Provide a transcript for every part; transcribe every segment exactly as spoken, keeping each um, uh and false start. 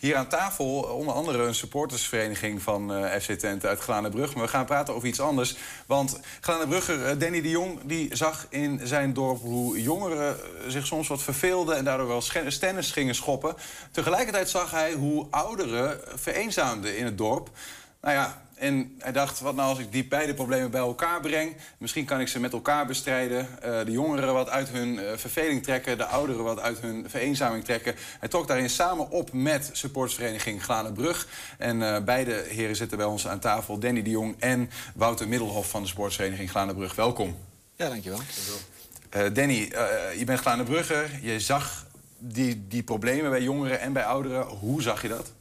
Hier aan tafel onder andere een supportersvereniging van uh, F C Twente uit Glanenbrug. Maar we gaan praten over iets anders. Want Glanenbrugger uh, Danny de Jong die zag in zijn dorp hoe jongeren zich soms wat verveelden en daardoor wel stennis gingen schoppen. Tegelijkertijd zag hij hoe ouderen vereenzaamden in het dorp. Nou ja, en hij dacht, wat nou als ik die beide problemen bij elkaar breng? Misschien kan ik ze met elkaar bestrijden. Uh, de jongeren wat uit hun uh, verveling trekken, de ouderen wat uit hun vereenzaming trekken. Hij trok daarin samen op met supportersvereniging Glanenbrug. En uh, beide heren zitten bij ons aan tafel. Danny de Jong en Wouter Middelhof van de supportersvereniging Glanenbrug. Welkom. Ja, dankjewel. Uh, Danny, uh, je bent Glanenbrugger. Je zag die, die problemen bij jongeren en bij ouderen. Hoe zag je dat?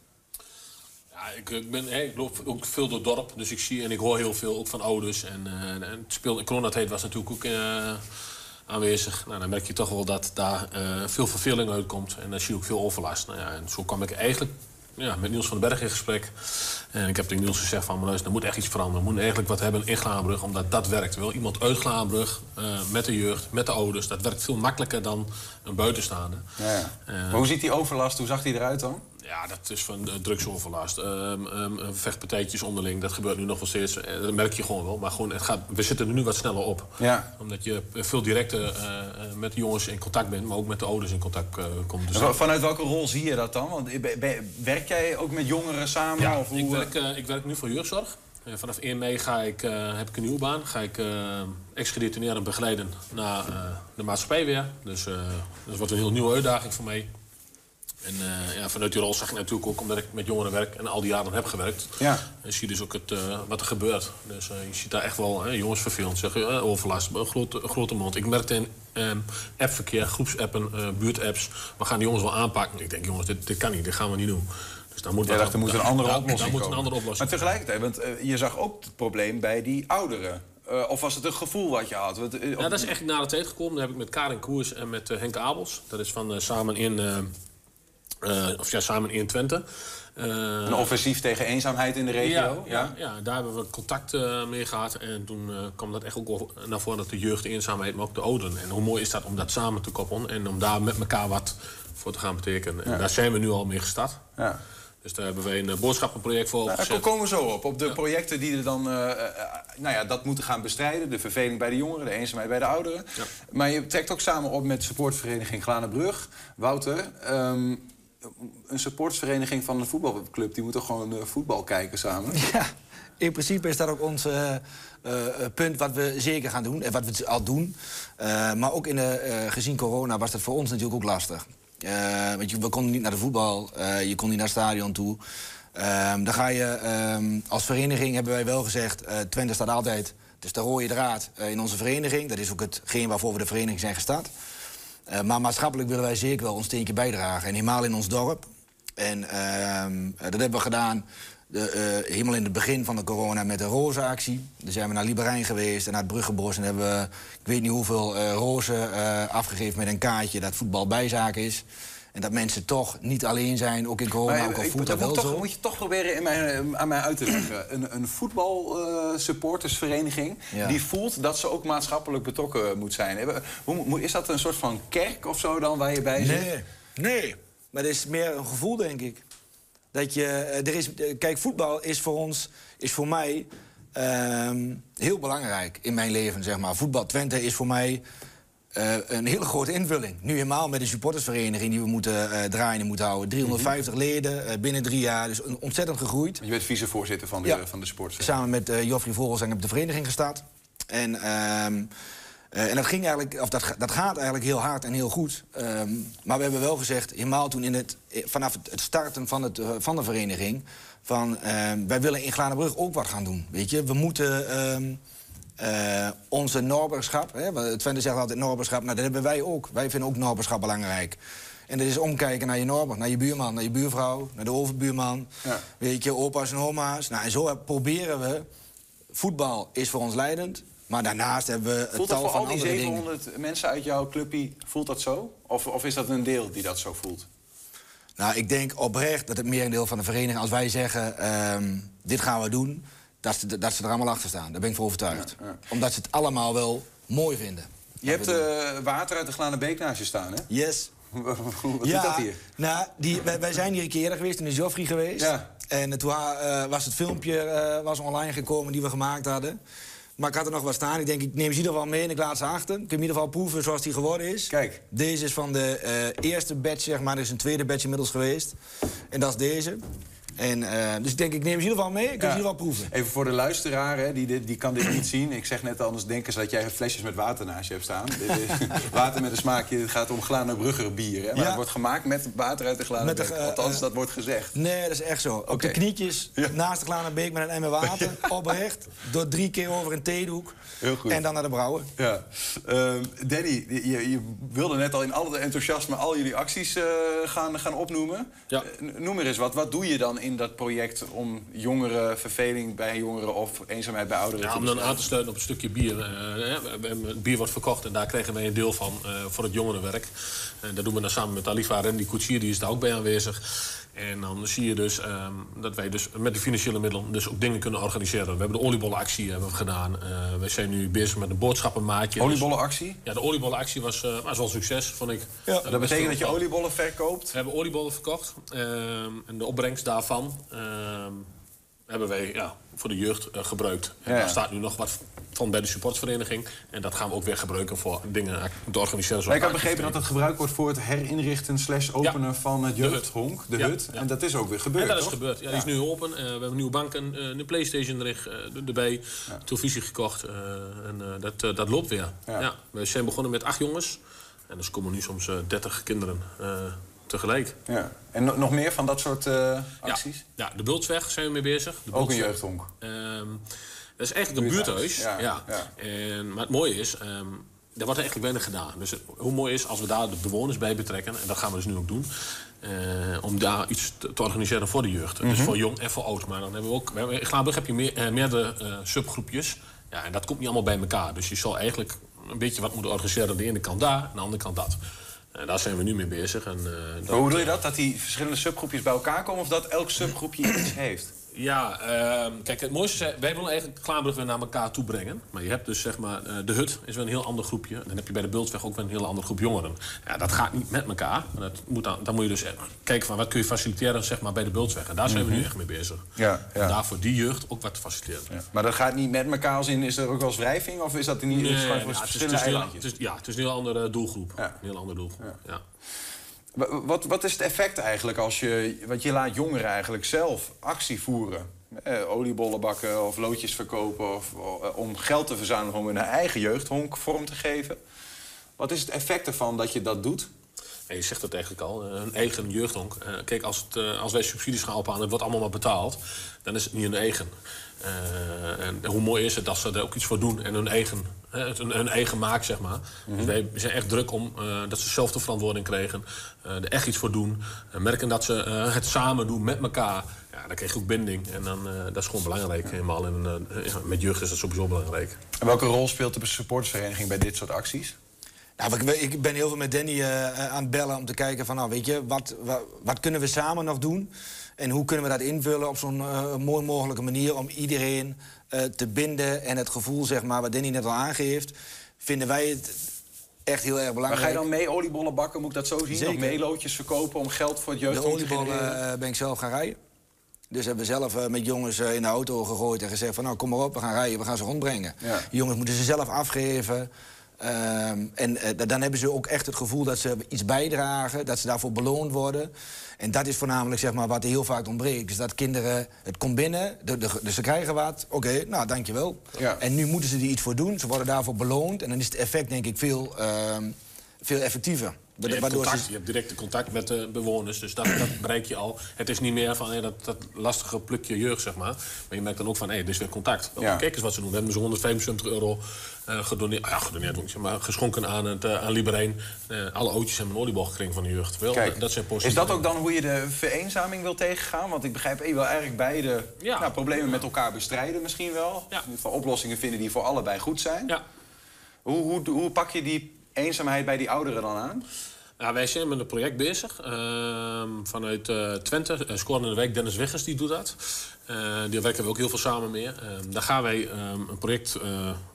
Ja, ik, ik, ben, hey, ik loop ook veel door het dorp, dus ik zie en ik hoor heel veel, ook van ouders. En, uh, en het speel, in coronatijd was natuurlijk ook uh, aanwezig. Nou, dan merk je toch wel dat daar uh, veel verveling uitkomt. En dan zie je ook veel overlast. Nou ja, en zo kwam ik eigenlijk ja, met Niels van den Berg in gesprek. En ik heb tegen Niels gezegd van, maar er moet echt iets veranderen. We moeten eigenlijk wat hebben in Glanenbrug, omdat dat werkt wel. Iemand uit Glanenbrug, uh, met de jeugd, met de ouders. Dat werkt veel makkelijker dan een buitenstaande. Ja, ja. Uh, maar hoe ziet die overlast, hoe zag die eruit dan? Ja, dat is van uh, drugsoverlast. Um, um, vechtpartijtjes onderling, dat gebeurt nu nog wel steeds. Uh, dat merk je gewoon wel. Maar gewoon, het gaat, we zitten er nu wat sneller op. Ja. Omdat je veel directer uh, met de jongens in contact bent, maar ook met de ouders in contact uh, komt. Dus vanuit welke rol zie je dat dan? Want, werk jij ook met jongeren samen? Ja, of hoe? Ik, werk, uh, ik werk nu voor jeugdzorg. Uh, vanaf één mei ga ik, uh, heb ik een nieuwe baan. Ga ik uh, ex-gedetineerden begeleiden naar uh, de maatschappij weer. Dus uh, dat wordt een heel nieuwe uitdaging voor mij. En uh, ja, vanuit die rol zag ik natuurlijk ook, omdat ik met jongeren werk en al die jaren heb gewerkt. Ja. En zie je dus ook het, uh, wat er gebeurt. Dus uh, je ziet daar echt wel uh, jongens vervelend zeggen, uh, overlast, een grote, grote mond. Ik merkte in um, appverkeer, groepsappen, uh, buurtapps, we gaan die jongens wel aanpakken. Ik denk, jongens, dit, dit kan niet, dit gaan we niet doen. Dus daar moet, ja, dacht, er moet een andere daar, oplossing daar moet komen. een andere oplossing maar tegelijkertijd, want uh, je zag ook het probleem bij die ouderen. Uh, of was het een gevoel wat je had? Want, uh, ja, dat is echt na de tijd gekomen. Dat heb ik met Karin Koers en met uh, Henk Abels. Dat is van uh, samen in... Uh, Uh, of ja, samen in Twente. Uh, een offensief tegen eenzaamheid in de regio? Ja, ja, ja daar hebben we contact uh, mee gehad. En toen uh, kwam dat echt ook naar voren dat de jeugd, de eenzaamheid, maar ook de ouderen. En hoe mooi is dat om dat samen te koppelen en om daar met elkaar wat voor te gaan betekenen. En ja. Daar zijn we nu al mee gestart. Ja. Dus daar hebben we een uh, boodschappenproject voor opgezet. Nou, daar komen we zo op. Op de ja. projecten die er dan uh, uh, nou ja, dat moeten gaan bestrijden. De verveling bij de jongeren, de eenzaamheid bij de ouderen. Ja. Maar je trekt ook samen op met de supportersvereniging Glanenbrug. Wouter, um, een supportersvereniging van een voetbalclub, die moet toch gewoon uh, voetbal kijken samen? Ja, in principe is dat ook ons uh, uh, punt wat we zeker gaan doen en wat we al doen. Uh, maar ook in de, uh, gezien corona was dat voor ons natuurlijk ook lastig. Uh, want je, we konden niet naar de voetbal, uh, je kon niet naar het stadion toe. Uh, dan ga je, uh, als vereniging hebben wij wel gezegd, uh, Twente staat altijd, het is de rode draad uh, in onze vereniging. Dat is ook hetgeen waarvoor we de vereniging zijn gestart. Uh, maar maatschappelijk willen wij zeker wel ons steentje bijdragen. En helemaal in ons dorp. En uh, dat hebben we gedaan de, uh, helemaal in het begin van de corona met de rozenactie. Dan zijn we naar Lieberijn geweest en naar het Bruggenbos. En hebben we, ik weet niet hoeveel uh, rozen uh, afgegeven met een kaartje dat voetbal bijzaak is. En dat mensen toch niet alleen zijn, ook in corona, maar, ook al voelt dat wel toch, zo. Moet je toch proberen in mijn, aan mij uit te leggen. Een, een voetbalsupportersvereniging uh, ja. die voelt dat ze ook maatschappelijk betrokken moet zijn. Hoe, is dat een soort van kerk of zo dan waar je bij zit? Nee, nee. Maar het is meer een gevoel, denk ik. Dat je, er is, kijk, voetbal is voor ons, is voor mij uh, heel belangrijk in mijn leven, zeg maar. Voetbal Twente is voor mij Uh, een hele grote invulling. Nu helemaal met de supportersvereniging die we moeten uh, draaien en moeten houden. driehonderdvijftig mm-hmm. leden uh, binnen drie jaar. Dus ontzettend gegroeid. Je bent vicevoorzitter van de, ja. van de sport. Samen met uh, Joffrey Vogelsang heb ik de vereniging gestart. En, uh, uh, en dat, ging eigenlijk, of dat, dat gaat eigenlijk heel hard en heel goed. Um, maar we hebben wel gezegd, helemaal toen in het, vanaf het starten van, het, uh, van de vereniging, van uh, wij willen in Glanenbrug ook wat gaan doen. Weet je? We moeten Um, Uh, onze naberschap, hè, Twente zegt altijd naberschap, nou, dat hebben wij ook. Wij vinden ook naberschap belangrijk. En dat is omkijken naar je naber, naar je buurman, naar je buurvrouw, naar de overbuurman. Ja. Weet je, opa's en oma's. Nou, en zo proberen we. Voetbal is voor ons leidend, maar daarnaast hebben we het voelt tal dat van voor al die andere zevenhonderd dingen. mensen uit jouw clubpie, voelt dat zo? Of, of is dat een deel die dat zo voelt? Nou, ik denk oprecht dat het merendeel van de vereniging, als wij zeggen, um, dit gaan we doen, dat ze, dat ze er allemaal achter staan. Daar ben ik voor overtuigd. Ja, ja. Omdat ze het allemaal wel mooi vinden. Je hebt uh, water uit de Glanenbeek naast je staan, hè? Yes. Wat ja, is dat hier? Nou, die, wij, wij zijn hier een keer eerder geweest, in de Joffrey geweest. Ja. En toen uh, was het filmpje uh, was online gekomen die we gemaakt hadden. Maar ik had er nog wat staan. Ik denk, ik neem ze in ieder geval mee en ik laat ze achter. Ik kan in ieder geval proeven zoals die geworden is. Kijk. Deze is van de uh, eerste batch, zeg maar. Er is een tweede batch inmiddels geweest. En dat is deze. En, uh, dus ik denk, ik neem ze in ieder geval mee. Ik kan Ja. ze in ieder geval proeven. Even voor de luisteraar, hè, die, die kan dit niet zien. Ik zeg net anders denken ze dat jij flesjes met water naast je hebt staan. Dit is water met een smaakje. Het gaat om Glanerbrugger bier. Hè? Maar Ja. het wordt gemaakt met water uit de Glanerbeek. Met de, uh, Althans, uh, dat wordt gezegd. Nee, dat is echt zo. Op Oké. de knietjes, Ja. naast de Glanerbeek met een emmer water. Oprecht. Door drie keer over een theedoek. Heel goed. En dan naar de brouwer. Ja. Uh, Danny, je, je wilde net al in alle enthousiasme al jullie acties uh, gaan, gaan opnoemen. Ja. Uh, noem er eens wat. Wat doe je dan in dat project om jongeren, verveling bij jongeren of eenzaamheid bij ouderen Ja, te om dan bestrijden? aan te sluiten op een stukje bier. Uh, het bier wordt verkocht en daar kregen wij een deel van uh, voor het jongerenwerk. En dat doen we dan samen met Alifa Randy Koetsier, die is daar ook bij aanwezig. En dan zie je dus um, dat wij dus met de financiële middelen dus ook dingen kunnen organiseren. We hebben de oliebollenactie hebben we gedaan. Uh, wij zijn nu bezig met een boodschappenmaatje. Oliebollenactie? Dus, ja, de oliebollenactie was, uh, was wel een succes, vond ik. Ja. Uh, Dat betekent dat je veel- oliebollen verkoopt? We hebben oliebollen verkocht. Um, en de opbrengst daarvan um, hebben wij ja, voor de jeugd uh, gebruikt. En Ja. daar staat nu nog wat van bij de supportvereniging. En dat gaan we ook weer gebruiken voor dingen te organiseren. Maar ik had begrepen dat het gebruikt wordt voor het herinrichten slash openen Ja. van het De hut. jeugdhonk, de Ja, hut. ja. En dat is ook weer gebeurd, En dat is toch? gebeurd. Ja, die is nu open. Uh, we hebben nieuwe banken, uh, een PlayStation er, uh, erbij, Ja. televisie gekocht. Uh, en uh, dat, uh, dat loopt weer. Ja. Ja. We zijn begonnen met acht jongens. En dus komen nu soms uh, dertig kinderen uh, tegelijk. Ja. En no- nog meer van dat soort uh, acties? Ja, ja, de Bultsweg zijn we mee bezig. De Ook een Bultsweg. jeugdhonk. Um, dat is eigenlijk een Buurthuis, buurthuis. ja, Ja. ja. En, maar het mooie is, um, er wordt eigenlijk weinig gedaan. Dus het- hoe mooi is als we daar de bewoners bij betrekken, en dat gaan we dus nu ook doen, uh, om daar iets te, te organiseren voor de jeugd. Dus voor jong en voor oud. Maar dan hebben we ook, we hebben, in Glaanbrug heb je meer, uh, meerdere uh, subgroepjes. Ja, en dat komt niet allemaal bij elkaar. Dus je zal eigenlijk een beetje wat moeten organiseren. Aan de ene kant daar, aan de andere kant dat. En daar zijn we nu mee bezig. En, uh, dat, Maar hoe doe je dat? Dat die verschillende subgroepjes bij elkaar komen of dat elk subgroepje iets heeft? Ja, uh, kijk, het mooiste is, wij willen eigenlijk Glaanbrug weer naar elkaar toe brengen. Maar je hebt dus, zeg maar, uh, de hut is wel een heel ander groepje. Dan heb je bij de Bultsweg ook wel een heel ander groep jongeren. Ja, dat gaat niet met elkaar. Maar dat moet dan, dan moet je dus kijken van wat kun je faciliteren, zeg maar, bij de Bultsweg. En daar zijn we nu echt mee bezig. Ja, ja. En daar voor die jeugd ook wat te faciliteren. Ja. Maar dat gaat niet met elkaar als in, is er ook wel eens wrijving? Of is dat niet Nee, is het gewoon nou, voor het is- verschillende het is een heel- eilandjes? het is- Ja, het is een heel andere doelgroep. Ja. Een heel andere doelgroep, ja. Wa- Wat, wat is het effect eigenlijk als je... Want je laat jongeren eigenlijk zelf actie voeren. Eh, oliebollen bakken of loodjes verkopen... Of, eh, om geld te verzamelen om hun eigen jeugdhonk vorm te geven. Wat is het effect ervan dat je dat doet? Ja, je zegt het eigenlijk al, een eigen jeugdhonk. Uh, kijk, als, het, uh, als wij subsidies gaan ophalen en het wordt allemaal maar betaald, dan is het niet hun eigen. Uh, en hoe mooi is het dat ze er ook iets voor doen en hun eigen, uh, hun, hun eigen maak, zeg maar. Mm-hmm. Dus wij zijn echt druk om uh, dat ze zelf de verantwoording krijgen, uh, er echt iets voor doen. Uh, merken dat ze uh, het samen doen met elkaar. Ja, dan krijg je ook binding. En dan, uh, dat is gewoon belangrijk. Helemaal. En, uh, ja, met jeugd is dat sowieso belangrijk. En welke rol speelt de supportersvereniging bij dit soort acties? Nou, ik, ik ben heel veel met Danny uh, aan het bellen om te kijken van, nou, weet je, wat, wat, wat kunnen we samen nog doen? En hoe kunnen we dat invullen op zo'n uh, mooi mogelijke manier om iedereen uh, te binden en het gevoel, zeg maar, wat Danny net al aangeeft, vinden wij het echt heel erg Maar belangrijk. ga je dan mee oliebollen bakken, moet ik dat zo zien? Zeker. Of mee loodjes verkopen om geld voor het De jeugdhonk te oliebollen genereren? uh, ben ik zelf gaan rijden. Dus hebben we zelf uh, met jongens uh, in de auto gegooid en gezegd van, nou, kom maar op, we gaan rijden, we gaan ze rondbrengen. Ja. Die jongens moeten ze zelf afgeven. Um, en uh, dan hebben ze ook echt het gevoel dat ze iets bijdragen, dat ze daarvoor beloond worden. En dat is voornamelijk, zeg maar, wat er heel vaak ontbreekt. Dus dat kinderen, het komt binnen, de, de, dus ze krijgen wat, oké, okay, nou, dankjewel. Ja. En nu moeten ze er iets voor doen, ze worden daarvoor beloond. En dan is het effect, denk ik, veel, um, veel effectiever. Je hebt, Waardoor contact, ze... je hebt directe contact met de bewoners, dus dat, dat bereik je al. Het is niet meer van hey, dat, dat lastige plukje jeugd, zeg maar. Maar je merkt dan ook van, hé, hey, er is weer contact. Ja. Kijk eens wat ze doen. We hebben ze honderdvijfenzeventig euro uh, gedoneerd, ja, gedoneerd zeg maar, geschonken aan, het, uh, aan Libereen. Uh, alle oudjes hebben een oliebol gekregen van de jeugd. Wel, Kijk, dat zijn is dat ook dan hoe je de vereenzaming wil tegengaan? Want ik begrijp, je wil eigenlijk beide Ja. nou, problemen met elkaar bestrijden misschien wel. Ja. In ieder geval oplossingen vinden die voor allebei goed zijn. Ja. Hoe, hoe, hoe pak je die eenzaamheid bij die ouderen dan aan? Ja, wij zijn met een project bezig uh, vanuit uh, Twente. Uh, Scoren in de Wijk, Dennis Weggers, die doet dat. Uh, daar werken we ook heel veel samen mee. Uh, daar gaan wij uh, een project uh,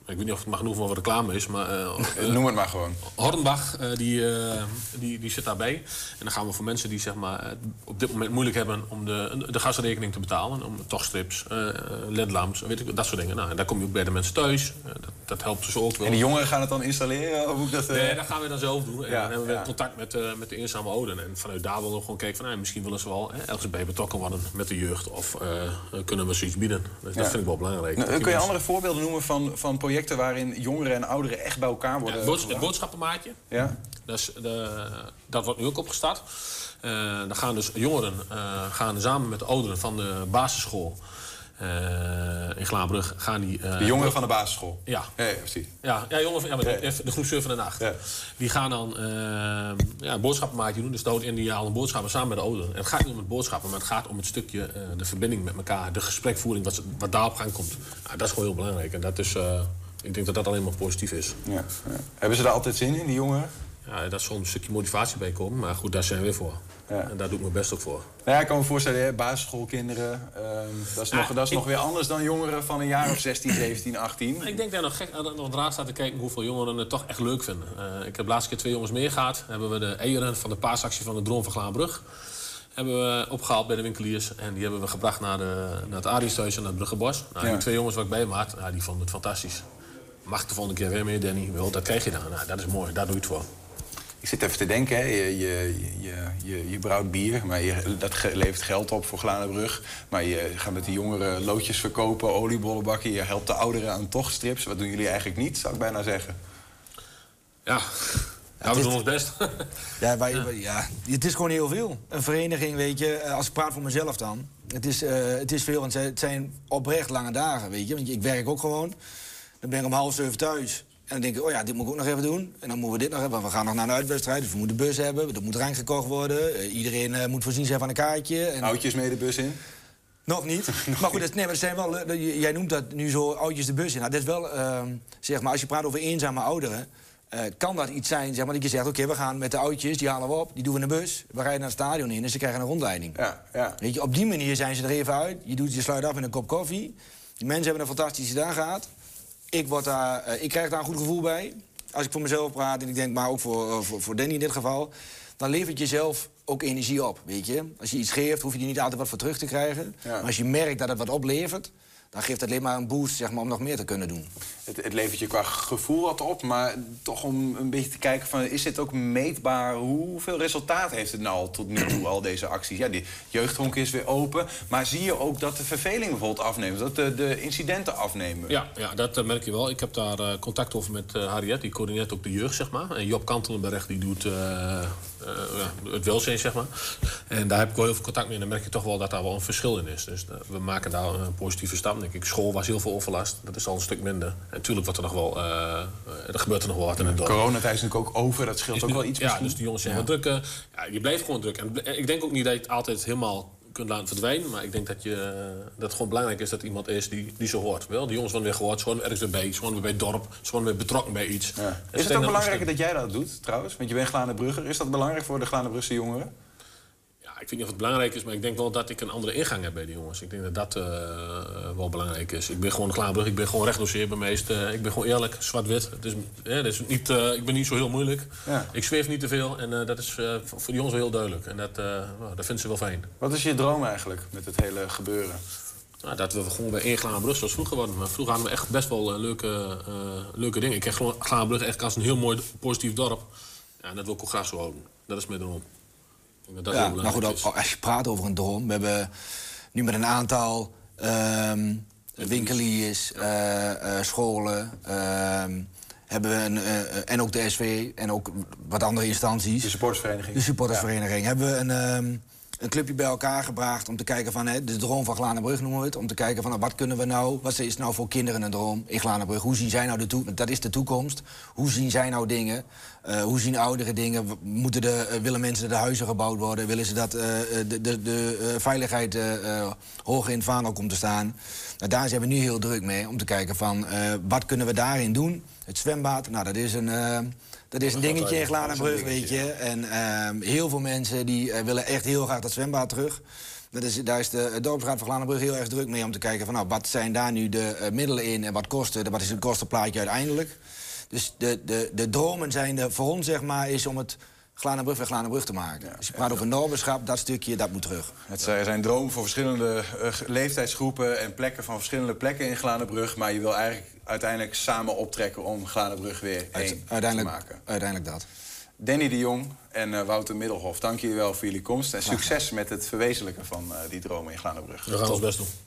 Ik weet niet of het mag noemen of het reclame is, maar... Uh, Noem het maar gewoon. Hornbach, uh, die, uh, die, die zit daarbij. En dan gaan we voor mensen die zeg maar, op dit moment moeilijk hebben om de, de gasrekening te betalen. Om tochtstrips, uh, ledlamps, weet ik, dat soort dingen. Nou, en daar kom je ook bij de mensen thuis. Uh, dat, dat helpt dus ook wel. En die jongeren gaan het dan installeren? Of hoe dat, uh... Nee, dat gaan we dan zelf doen. En ja, dan hebben we ja. contact met, uh, met de eenzame ouden. En vanuit daar willen we gewoon kijken van... Nou, misschien willen ze wel hè, ergens bij betrokken worden met de jeugd. Of uh, kunnen we zoiets bieden. Dus ja. dat vind ik wel belangrijk. Nou, kun je mensen... andere voorbeelden noemen van, van projecten waarin jongeren en ouderen echt bij elkaar worden? Ja, het, bood, het boodschappenmaatje. Ja. Dat, is de, dat wordt nu ook opgestart. Uh, dan gaan dus jongeren uh, gaan samen met de ouderen van de basisschool uh, in Glaanbrug gaan die... Uh, de jongeren van de basisschool? Ja. Ja, ja, precies. Ja, ja, jongeren, ja, maar ja. de groep zeven en acht. Ja. Die gaan dan uh, ja, een boodschappenmaatje doen. Dus de ouderen die halen boodschappen samen met de ouderen. En het gaat niet om het boodschappen, maar het gaat om het stukje uh, de verbinding met elkaar. De gesprekvoering, wat, wat daar op gang komt. Nou, dat is gewoon heel belangrijk. En dat is... Uh, Ik denk dat dat alleen maar positief is. Ja, ja. Hebben ze daar altijd zin in, die jongeren? Ja, daar zal een stukje motivatie bij komen. Maar goed, daar zijn we weer voor. Ja. En daar doe ik mijn best ook voor. Nou ja, ik kan me voorstellen, hè, basisschoolkinderen... Uh, dat is, ja, nog, dat is ik... nog weer anders dan jongeren van een jaar of zestien, zeventien, achttien. Ik denk daar nog gek nog raar staat te kijken hoeveel jongeren het toch echt leuk vinden. Uh, ik heb de laatste keer twee jongens meer gehad. Hebben we de eieren van de paasactie van de Droom van Glaanbrug... hebben we opgehaald bij de winkeliers. En die hebben we gebracht naar, de, naar het Ariëshuis en naar het Bruggebos. Nou, ja. Die twee jongens waar ik bij hem had, nou, die vonden het fantastisch. Mag de volgende keer weer meer, Danny? Wel, dat krijg je dan. Nou, dat is mooi, daar doe je het voor. Ik zit even te denken, hè. Je, je, je, je, je brouwt bier, maar je, dat ge, levert geld op voor Glaanbrug. Maar je gaat met de jongeren loodjes verkopen, oliebollen bakken. Je helpt de ouderen aan tochtstrips. Wat doen jullie eigenlijk niet, zou ik bijna zeggen? Ja, ja we doen ons best. Ja, wij, ja. ja, het is gewoon heel veel. Een vereniging, weet je, als ik praat voor mezelf dan. Het is, uh, het is veel, want het zijn oprecht lange dagen, weet je. Want ik werk ook gewoon. Dan ben ik om half zeven thuis. En dan denk ik, oh ja, dit moet ik ook nog even doen. En dan moeten we dit nog hebben. We gaan nog naar een uitwedstrijd, dus we moeten bus hebben. Er moet drank gekocht worden. Uh, iedereen uh, moet voorzien zijn van een kaartje. En... Oudjes mee de bus in? Nog niet. Nog maar goed, dat, nee, maar dat zijn wel, uh, jij noemt dat nu zo oudjes de bus in. Nou, dat is wel, uh, zeg maar, als je praat over eenzame ouderen... Uh, kan dat iets zijn, zeg maar, dat je zegt... oké, okay, we gaan met de oudjes, die halen we op, die doen we in de bus... we rijden naar het stadion in en ze krijgen een rondleiding. Ja, ja. Weet je, op die manier zijn ze er even uit. Je, doet, je sluit af met een kop koffie. Die mensen hebben een fantastische dag gehad. Ik, word daar, uh, ik krijg daar een goed gevoel bij. Als ik voor mezelf praat, en ik denk, maar ook voor, uh, voor, voor Danny in dit geval... dan levert je zelf ook energie op, weet je. Als je iets geeft, hoef je er niet altijd wat voor terug te krijgen. Ja. Maar als je merkt dat het wat oplevert... dan geeft het alleen maar een boost, zeg maar, om nog meer te kunnen doen. Het, het levert je qua gevoel wat op, maar toch om een beetje te kijken van... is dit ook meetbaar? Hoeveel resultaat heeft het nou tot nu toe, al deze acties? Ja, die jeugdhonk is weer open, maar zie je ook dat de verveling bijvoorbeeld afneemt? Dat de, de incidenten afnemen? Ja, ja, dat uh, merk je wel. Ik heb daar uh, contact over met uh, Harriet, die coördineert ook de jeugd, zeg maar. En Job Kantelenberg, die doet uh, uh, het welzijn, zeg maar. En daar heb ik wel heel veel contact mee en dan merk je toch wel dat daar wel een verschil in is. Dus uh, we maken daar een positieve stap, denk ik. School was heel veel overlast, dat is al een stuk minder. En natuurlijk wordt er nog wel, uh, er gebeurt er nog wel wat in het dorp. Coronatijd is natuurlijk ook over, dat scheelt is ook nu, wel iets ja, misschien. Dus die jongens zijn ja. wel druk. Uh, ja, je blijft gewoon druk. En ik denk ook niet dat je het altijd helemaal kunt laten verdwijnen. Maar ik denk dat, je, uh, dat het gewoon belangrijk is dat iemand is die, die zo hoort. Wel, die jongens worden weer gehoord, ze worden ergens weer bij, ze worden weer bij het dorp, ze worden weer betrokken bij iets. Ja. Is het ook belangrijker dat jij dat doet, trouwens? Want je bent Glaanbrugger. Is dat belangrijk voor de Glaanbrugse jongeren? Ja, ik weet niet of het belangrijk is, maar ik denk wel dat ik een andere ingang heb bij die jongens. Ik denk dat dat uh, wel belangrijk is. Ik ben gewoon Glaanbrug, ik ben gewoon rechtdoseer bij meest. Uh, ik ben gewoon eerlijk, zwart-wit. Het is, ja, dat is niet, uh, ik ben niet zo heel moeilijk. Ja. Ik zweef niet te veel en uh, dat is uh, voor die jongens wel heel duidelijk. En dat, uh, nou, dat vinden ze wel fijn. Wat is je droom eigenlijk met het hele gebeuren? Nou, dat we gewoon bij één Glaanbrug zoals vroeger waren. Maar vroeger hadden we echt best wel uh, leuke, uh, leuke dingen. Ik krijg gewoon Glaanbrug echt als een heel mooi, positief dorp. Ja, en dat wil ik ook graag zo houden. Dat is mijn droom. Dat ja, maar goed, is. Als je praat over een droom... we hebben nu met een aantal um, winkeliers, uh, uh, scholen... Um, hebben we een, uh, en ook de S V en ook wat andere instanties. De supportersvereniging. De supportersvereniging. Ja. Hebben we een, um, een clubje bij elkaar gebracht om te kijken van... Hè, de droom van Glaanbrug noemen we het. Om te kijken van, nou, wat kunnen we nou... wat is nou voor kinderen een droom in Glaanbrug? Hoe zien zij nou de toekomst? Dat is de toekomst. Hoe zien zij nou dingen? Uh, hoe zien ouderen dingen? Moeten de, uh, willen mensen dat de huizen gebouwd worden? Willen ze dat uh, de, de, de uh, veiligheid uh, uh, hoog in het vaandel komt te staan? Nou, daar zijn we nu heel druk mee. Om te kijken van, uh, wat kunnen we daarin doen? Het zwembad, nou, dat is een... Uh, Dat is een dingetje in Glaanbrug, weet je. En uh, heel veel mensen die uh, willen echt heel graag dat zwembad terug. Dat is, daar is de dorpsraad van Glanenbrug heel erg druk mee om te kijken van nou, wat zijn daar nu de uh, middelen in en wat kosten, wat is het kostenplaatje uiteindelijk. Dus de, de, de dromen zijn de, voor ons zeg maar is om het Glanenbrug weer Glanenbrug te maken. Ja, als je praat over Noorderschap, dat stukje, dat moet terug. Het zijn droom voor verschillende uh, leeftijdsgroepen en plekken van verschillende plekken in Glanenbrug, maar je wil eigenlijk uiteindelijk samen optrekken om Glanenbrug weer één te maken. Uiteindelijk dat. Danny de Jong en uh, Wouter Middelhof, dank jullie wel voor jullie komst. En succes met het verwezenlijken van uh, die dromen in Glanenbrug. We gaan ons best doen.